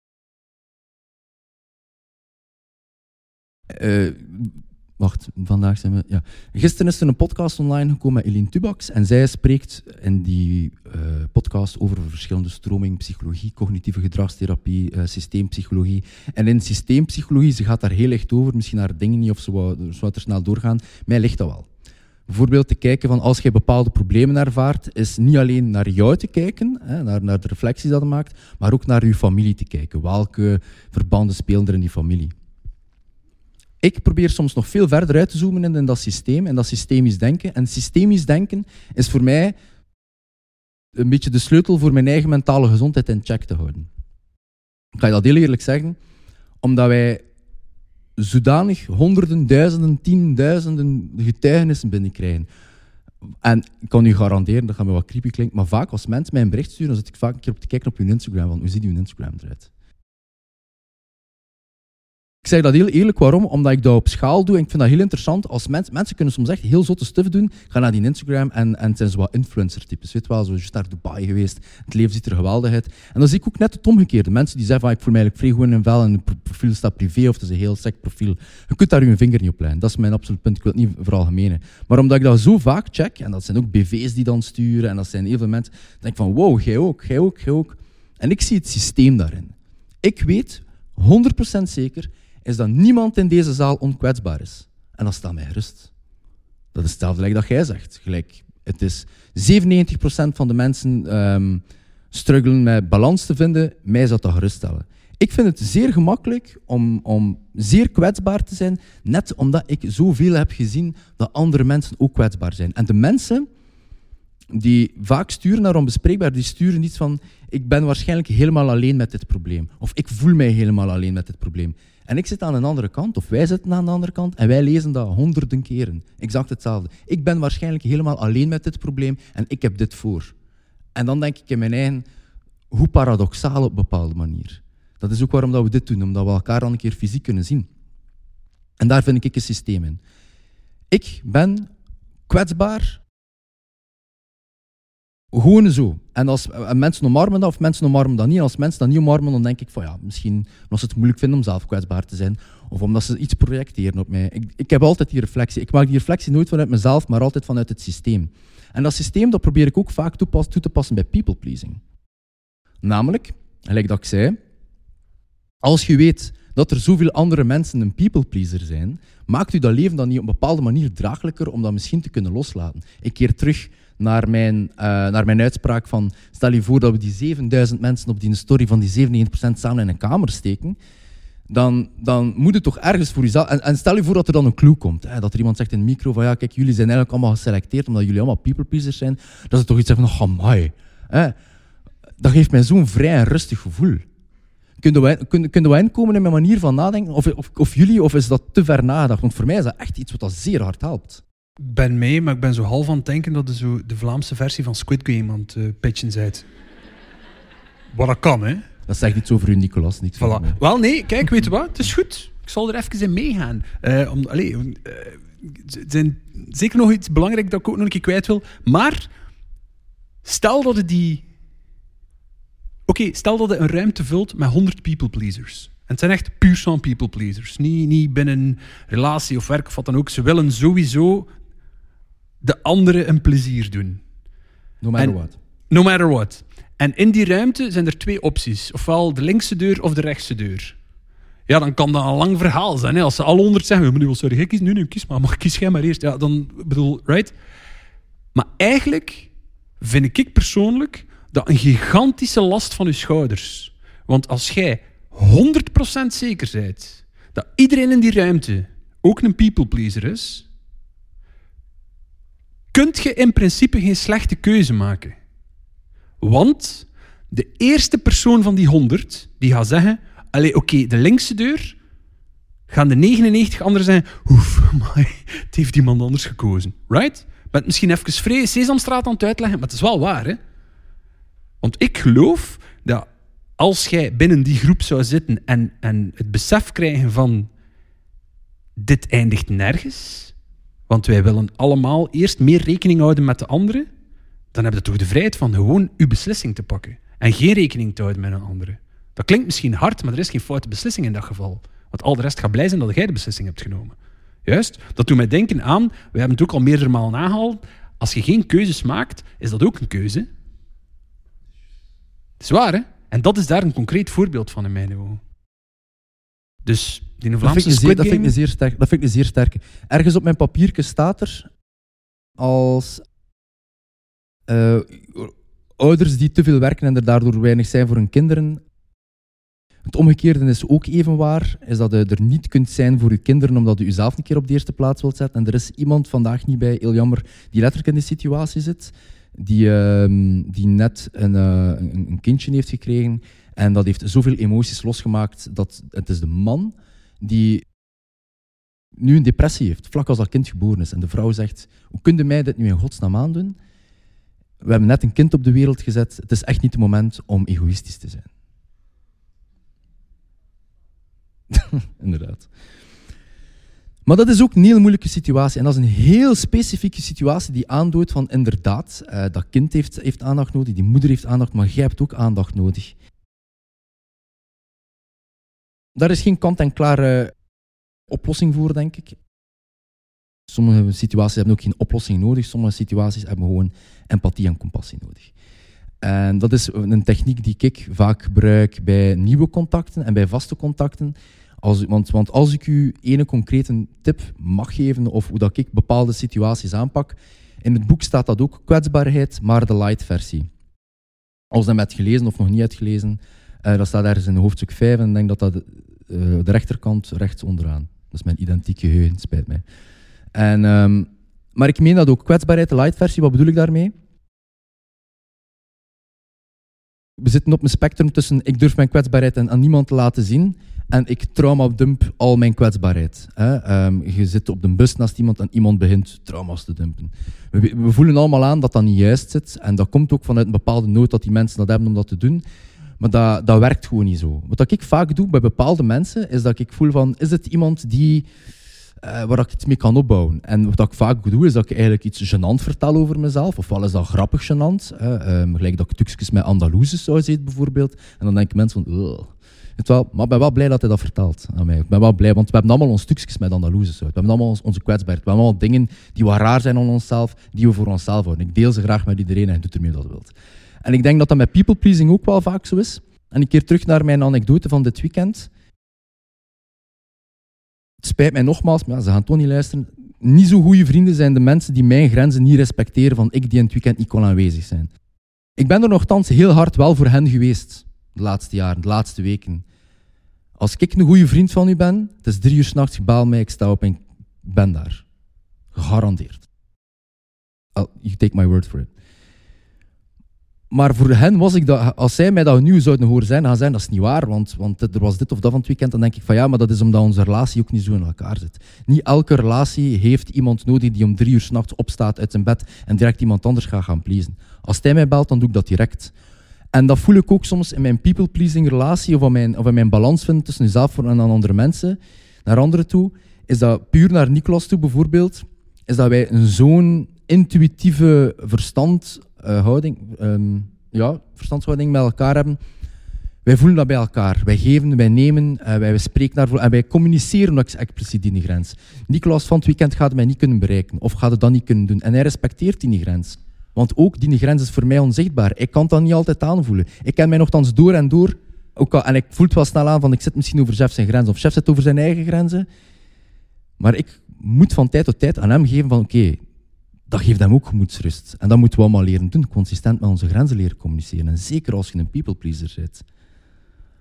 Uh, wacht, vandaag zijn we... Ja. Gisteren is er een podcast online gekomen met Eline Tubax en zij spreekt in die uh, podcast over verschillende stromingen, psychologie, cognitieve gedragstherapie, uh, systeempsychologie. En in systeempsychologie, ze gaat daar heel echt over, misschien haar dingen niet of ze wou, ze wou er snel doorgaan, mij ligt dat wel. Bijvoorbeeld te kijken van als jij bepaalde problemen ervaart, is niet alleen naar jou te kijken, hè, naar, naar de reflecties dat je maakt, maar ook naar je familie te kijken. Welke verbanden spelen er in die familie? Ik probeer soms nog veel verder uit te zoomen in, in dat systeem, en dat systemisch denken. En systemisch denken is voor mij een beetje de sleutel voor mijn eigen mentale gezondheid in check te houden. Ik ga je dat heel eerlijk zeggen, omdat wij zodanig honderden, duizenden, tienduizenden getuigenissen binnenkrijgen. En ik kan u garanderen, dat gaat me wat creepy klinken, maar vaak als mensen mij een bericht sturen, dan zit ik vaak een keer op te kijken op hun Instagram, van hoe ziet uw Instagram eruit? Ik zeg dat heel eerlijk, waarom? Omdat ik dat op schaal doe en ik vind dat heel interessant. Als mensen, mensen kunnen soms echt heel zotte stuff doen, ga naar die Instagram en, en het zijn zo wat influencer-types. Weet wel, zo juist naar Dubai geweest, het leven ziet er geweldig uit. En dan zie ik ook net het omgekeerde. Mensen die zeggen van ik voel mij eigenlijk vrij goed in een vel en een profiel staat privé of het is een heel sec profiel. Je kunt daar je vinger niet op leggen. Dat is mijn absoluut punt. Ik wil het niet veralgemenen. Maar omdat ik dat zo vaak check, en dat zijn ook B V's die dan sturen en dat zijn heel veel mensen, dan denk ik van wow, jij ook, jij ook, jij ook. En ik zie het systeem daarin. Ik weet, honderd procent zeker, is dat niemand in deze zaal onkwetsbaar is. En dat staat mij gerust. Dat is hetzelfde gelijk dat jij zegt. Gelijk, het is zevenennegentig procent van de mensen um, struggelen met balans te vinden. Mij zou dat geruststellen. Ik vind het zeer gemakkelijk om, om zeer kwetsbaar te zijn, net omdat ik zoveel heb gezien dat andere mensen ook kwetsbaar zijn. En de mensen die vaak sturen naar onbespreekbaar, die sturen iets van ik ben waarschijnlijk helemaal alleen met dit probleem. Of ik voel mij helemaal alleen met dit probleem. En ik zit aan een andere kant, of wij zitten aan de andere kant, en wij lezen dat honderden keren. Exact hetzelfde. Ik ben waarschijnlijk helemaal alleen met dit probleem en ik heb dit voor. En dan denk ik in mijn eigen, hoe paradoxaal op een bepaalde manier. Dat is ook waarom dat we dit doen, omdat we elkaar dan een keer fysiek kunnen zien. En daar vind ik een systeem in. Ik ben kwetsbaar, gewoon zo. En als en mensen omarmen dat, of mensen omarmen dat niet. En als mensen dat niet omarmen, dan denk ik van ja, misschien omdat ze het moeilijk vinden om zelf kwetsbaar te zijn. Of omdat ze iets projecteren op mij. Ik, ik heb altijd die reflectie. Ik maak die reflectie nooit vanuit mezelf, maar altijd vanuit het systeem. En dat systeem, dat probeer ik ook vaak toepas, toe te passen bij people pleasing. Namelijk, gelijk dat ik zei, als je weet dat er zoveel andere mensen een people pleaser zijn, maakt u dat leven dan niet op een bepaalde manier draaglijker om dat misschien te kunnen loslaten. Ik keer terug naar mijn, uh, naar mijn uitspraak van stel je voor dat we die zevenduizend mensen op die story van die zevenennegentig procent samen in een kamer steken, dan, dan moet het toch ergens voor jezelf... En, en stel je voor dat er dan een clue komt. Hè, dat er iemand zegt in de micro van ja, kijk, jullie zijn eigenlijk allemaal geselecteerd omdat jullie allemaal people pleasers zijn. Dat ze toch iets zeggen van, amai. Hè, dat geeft mij zo'n vrij en rustig gevoel. Kunnen wij, kunnen, kunnen wij inkomen in mijn manier van nadenken? Of, of, of jullie, of is dat te ver nagedacht? Want voor mij is dat echt iets wat dat zeer hard helpt. Ik ben mee, maar ik ben zo half aan het denken dat je zo de Vlaamse versie van Squid Game aan het uh, pitchen bent. Wat dat kan, hè? Dat zegt iets over u, Nicolas. Niks voilà. Wel, nee, kijk, weet je wat? Het is goed. Ik zal er even in meegaan. Uh, om, allee, uh, er zijn zeker nog iets belangrijks dat ik ook nog een keer kwijt wil. Maar stel dat het die... Oké, okay, stel dat je een ruimte vult met honderd people pleasers. En het zijn echt puur zo'n people pleasers. Niet, niet binnen relatie of werk of wat dan ook. Ze willen sowieso de anderen een plezier doen. No matter en, what. No matter what. En in die ruimte zijn er twee opties. Ofwel de linkse deur of de rechtse deur. Ja, dan kan dat een lang verhaal zijn. Hè? Als ze alle honderd zeggen, meneer, wat zou jij kiezen? Nee, nee, kies maar. Maar kies jij maar eerst. Ja, dan bedoel, right? Maar eigenlijk vind ik persoonlijk dat een gigantische last van je schouders. Want als jij honderd procent zeker bent dat iedereen in die ruimte ook een people pleaser is, kunt je in principe geen slechte keuze maken. Want de eerste persoon van die honderd, die gaat zeggen, allee, oké, okay, de linkse deur, gaan de negenennegentig anderen zeggen, oef, amai, het heeft iemand anders gekozen. Right? Je bent misschien even vrij Sesamstraat aan het uitleggen, maar het is wel waar, hè? Want ik geloof dat als jij binnen die groep zou zitten en, en het besef krijgen van dit eindigt nergens, want wij willen allemaal eerst meer rekening houden met de anderen, dan heb je toch de vrijheid van gewoon je beslissing te pakken en geen rekening te houden met een andere. Dat klinkt misschien hard, maar er is geen foute beslissing in dat geval. Want al de rest gaat blij zijn dat jij de beslissing hebt genomen. Juist, dat doet mij denken aan, we hebben het ook al meerdere malen aangehaald, als je geen keuzes maakt, is dat ook een keuze. Het is waar, hè? En dat is daar een concreet voorbeeld van in mijn ogen. Dus, die Vlaamse dat vind, Squid zeer, dat, vind Game... ik zeer sterk, dat vind ik een zeer sterke. Ergens op mijn papiertje staat er als uh, ouders die te veel werken en er daardoor weinig zijn voor hun kinderen. Het omgekeerde is ook even waar, is dat je er niet kunt zijn voor je kinderen omdat je jezelf een keer op de eerste plaats wilt zetten. En er is iemand vandaag niet bij, heel jammer, die letterlijk in die situatie zit, die, uh, die net een, uh, een, een kindje heeft gekregen en dat heeft zoveel emoties losgemaakt dat het is de man die nu een depressie heeft, vlak als dat kind geboren is. En de vrouw zegt, hoe kun je mij dit nu in godsnaam aandoen? We hebben net een kind op de wereld gezet, het is echt niet het moment om egoïstisch te zijn. Inderdaad. Maar dat is ook een heel moeilijke situatie. En dat is een heel specifieke situatie die aanduidt van inderdaad, uh, dat kind heeft, heeft aandacht nodig, die moeder heeft aandacht, maar jij hebt ook aandacht nodig. Daar is geen kant-en-klare oplossing voor, denk ik. Sommige situaties hebben ook geen oplossing nodig, sommige situaties hebben gewoon empathie en compassie nodig. En dat is een techniek die ik vaak gebruik bij nieuwe contacten en bij vaste contacten. Als, want, want als ik u ene concrete tip mag geven of hoe dat ik bepaalde situaties aanpak, in het boek staat dat ook, kwetsbaarheid, maar de light versie. Als je hem hebt gelezen of nog niet hebt gelezen, uh, dat staat ergens in hoofdstuk vijf en ik denk dat dat uh, de rechterkant rechts onderaan. Dat is mijn identieke geheugen, spijt mij. En, um, maar ik meen dat ook, kwetsbaarheid, de light versie, wat bedoel ik daarmee? We zitten op een spectrum tussen ik durf mijn kwetsbaarheid aan niemand te laten zien en ik trauma-dump al mijn kwetsbaarheid. Um, je zit op de bus naast iemand en iemand begint trauma's te dumpen. We, we voelen allemaal aan dat dat niet juist zit en dat komt ook vanuit een bepaalde nood dat die mensen dat hebben om dat te doen. Maar dat, dat werkt gewoon niet zo. Wat ik vaak doe bij bepaalde mensen is dat ik voel van, is het iemand die... Uh, waar ik iets mee kan opbouwen. En wat ik vaak doe, is dat ik eigenlijk iets gênant vertel over mezelf. Ofwel is dat grappig gênant. Uh, um, gelijk dat ik tukjes met Andalouse zou zitten, bijvoorbeeld. En dan denken mensen van... Ugh. Wel, maar ik ben wel blij dat hij dat vertelt aan mij. Ik ben wel blij, want we hebben allemaal ons stukjes met Andalouse. We hebben allemaal ons, onze kwetsbaarheid. We hebben allemaal dingen die wat raar zijn aan onszelf, die we voor onszelf houden. Ik deel ze graag met iedereen en doe ermee wat je wilt. En ik denk dat dat met people pleasing ook wel vaak zo is. En een keer terug naar mijn anekdote van dit weekend... Het spijt mij nogmaals, maar ja, ze gaan toch niet luisteren. Niet zo goede vrienden zijn de mensen die mijn grenzen niet respecteren van ik die in het weekend niet kon aanwezig zijn. Ik ben er nogthans heel hard wel voor hen geweest, de laatste jaren, de laatste weken. Als ik een goede vriend van u ben, het is drie uur 's nachts, je baal mij, ik sta op en ik ben daar. Gegarandeerd. You take my word for it. Maar voor hen was ik dat, als zij mij dat nu zouden horen zijn, dan gaan zijn, dat is niet waar, want, want er was dit of dat van het weekend, dan denk ik van ja, maar dat is omdat onze relatie ook niet zo in elkaar zit. Niet elke relatie heeft iemand nodig die om drie uur 's nachts opstaat uit zijn bed en direct iemand anders gaat gaan pleasen. Als hij mij belt, dan doe ik dat direct. En dat voel ik ook soms in mijn people-pleasing relatie of in mijn, of in mijn balans vinden tussen jezelf en andere mensen, naar anderen toe, is dat puur naar Nicolas toe bijvoorbeeld, is dat wij een zo'n intuïtieve verstand Uh, houding, um, ja, verstandshouding met elkaar hebben. Wij voelen dat bij elkaar. Wij geven, wij nemen, uh, wij, wij spreken daarvoor en wij communiceren ook expliciet die grens. Nicolas van het weekend gaat het mij niet kunnen bereiken of gaat het dat niet kunnen doen. En hij respecteert die grens. Want ook die grens is voor mij onzichtbaar. Ik kan dat niet altijd aanvoelen. Ik ken mij nogthans door en door. Ook al, en ik voel het wel snel aan van ik zit misschien over chef zijn grenzen of chef zit over zijn eigen grenzen. Maar ik moet van tijd tot tijd aan hem geven van oké, okay, dat geeft hem ook gemoedsrust. En dat moeten we allemaal leren doen, consistent met onze grenzen leren communiceren. En zeker als je een people pleaser bent.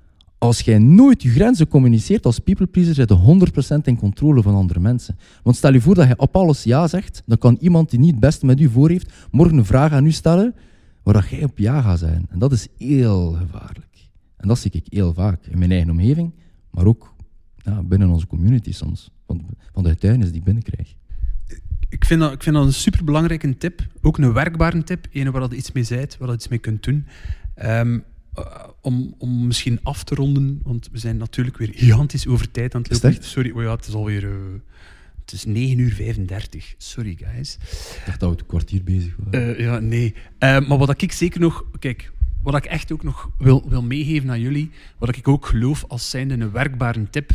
als jij nooit je grenzen communiceert als people pleaser, zit je honderd procent in controle van andere mensen. Want stel je voor dat je op alles ja zegt, dan kan iemand die niet het beste met u voor heeft, morgen een vraag aan u stellen waar dat jij op ja gaat zijn. En dat is heel gevaarlijk. En dat zie ik heel vaak in mijn eigen omgeving, maar ook ja, binnen onze community soms. Van, van de getuigenis die ik binnenkrijg. Ik vind, dat, ik vind dat een superbelangrijke tip. Ook een werkbare tip. Een waar je iets mee zijt, waar je iets mee kunt doen. Um, uh, om, om misschien af te ronden, want we zijn natuurlijk weer gigantisch over tijd aan het lopen. Sorry, oh ja, het is alweer... Uh, het is negen uur vijfendertig. Sorry, guys. Ik dacht dat we een kwartier bezig waren. Uh, ja, nee. Uh, maar wat ik zeker nog... Kijk, wat ik echt ook nog wil, wil meegeven aan jullie, wat ik ook geloof als zijnde een werkbare tip...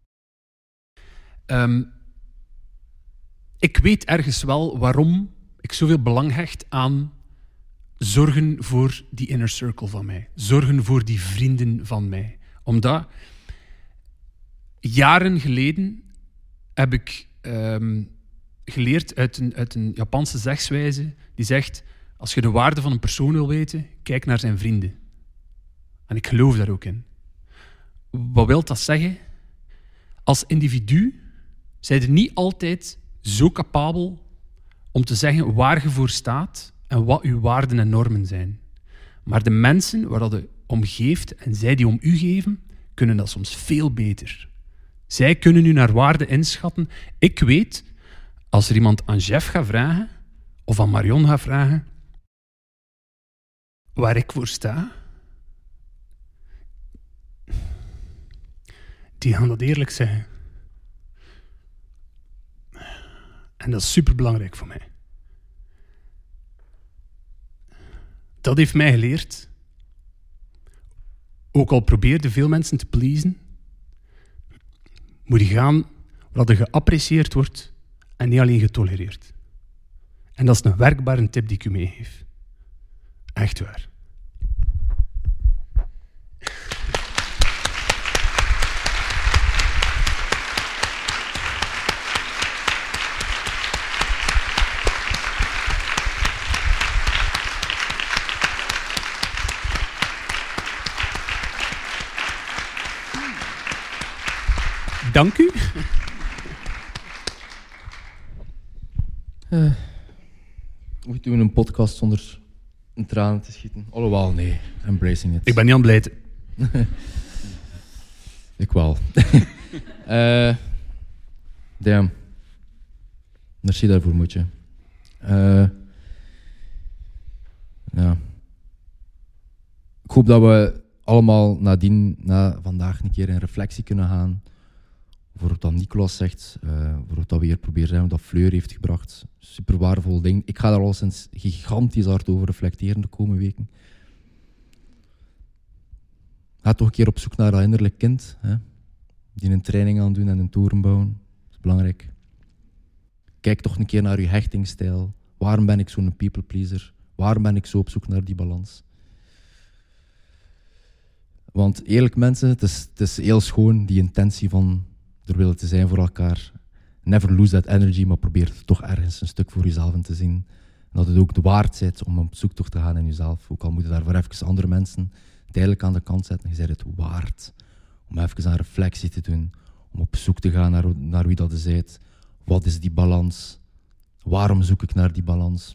Um, ik weet ergens wel waarom ik zoveel belang hecht aan zorgen voor die inner circle van mij. Zorgen voor die vrienden van mij. Omdat jaren geleden heb ik um, geleerd uit een, uit een Japanse zegswijze die zegt, als je de waarde van een persoon wil weten, kijk naar zijn vrienden. En ik geloof daar ook in. Wat wil dat zeggen? Als individu zijn er niet altijd zo capabel om te zeggen waar je voor staat en wat uw waarden en normen zijn. Maar de mensen waar dat je om geeft en zij die om u geven, kunnen dat soms veel beter. Zij kunnen u naar waarde inschatten. Ik weet, als er iemand aan Jeff gaat vragen, of aan Marion gaat vragen, waar ik voor sta, die gaan dat eerlijk zeggen. En dat is superbelangrijk voor mij. Dat heeft mij geleerd. Ook al probeerde veel mensen te pleasen, moet je gaan waar je geapprecieerd wordt en niet alleen getolereerd. En dat is een werkbare tip die ik u meegeef. Echt waar. Dank u. Uh, we doen een podcast zonder een traan te schieten. Alhoewel, nee. Embracing it. Ik ben niet aan het blijten. Ik wel. uh, damn. Merci daarvoor, Moetje. Uh, ja. Ik hoop dat we allemaal nadien, na vandaag, een keer in reflectie kunnen gaan. Voor wat dan Nicolas zegt, uh, voor wat we hier proberen te zijn, wat Fleur heeft gebracht. Super waardevol ding. Ik ga daar al sinds gigantisch hard over reflecteren de komende weken. Ga toch een keer op zoek naar dat innerlijk kind. Hè? Die een training aan doen en een toren bouwen. Dat is belangrijk. Kijk toch een keer naar je hechtingsstijl. Waarom ben ik zo'n people pleaser? Waarom ben ik zo op zoek naar die balans? Want eerlijk mensen, het is, het is heel schoon, die intentie van er willen te zijn voor elkaar. Never lose that energy, maar probeer het toch ergens een stuk voor jezelf in te zien. En dat het ook de waard is om op zoektocht te gaan in jezelf. Ook al moeten daarvoor even andere mensen tijdelijk aan de kant zetten. Je bent het waard om even aan reflectie te doen. Om op zoek te gaan naar, naar wie dat je bent. Wat is die balans? Waarom zoek ik naar die balans?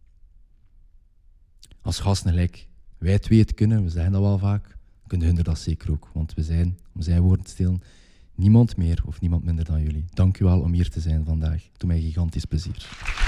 Als gasten gelijk wij twee het kunnen, we zeggen dat wel vaak, kunnen hun dat zeker ook. Want we zijn, om zijn woorden te stelen, niemand meer of niemand minder dan jullie. Dank u wel om hier te zijn vandaag. Het doet mij gigantisch plezier.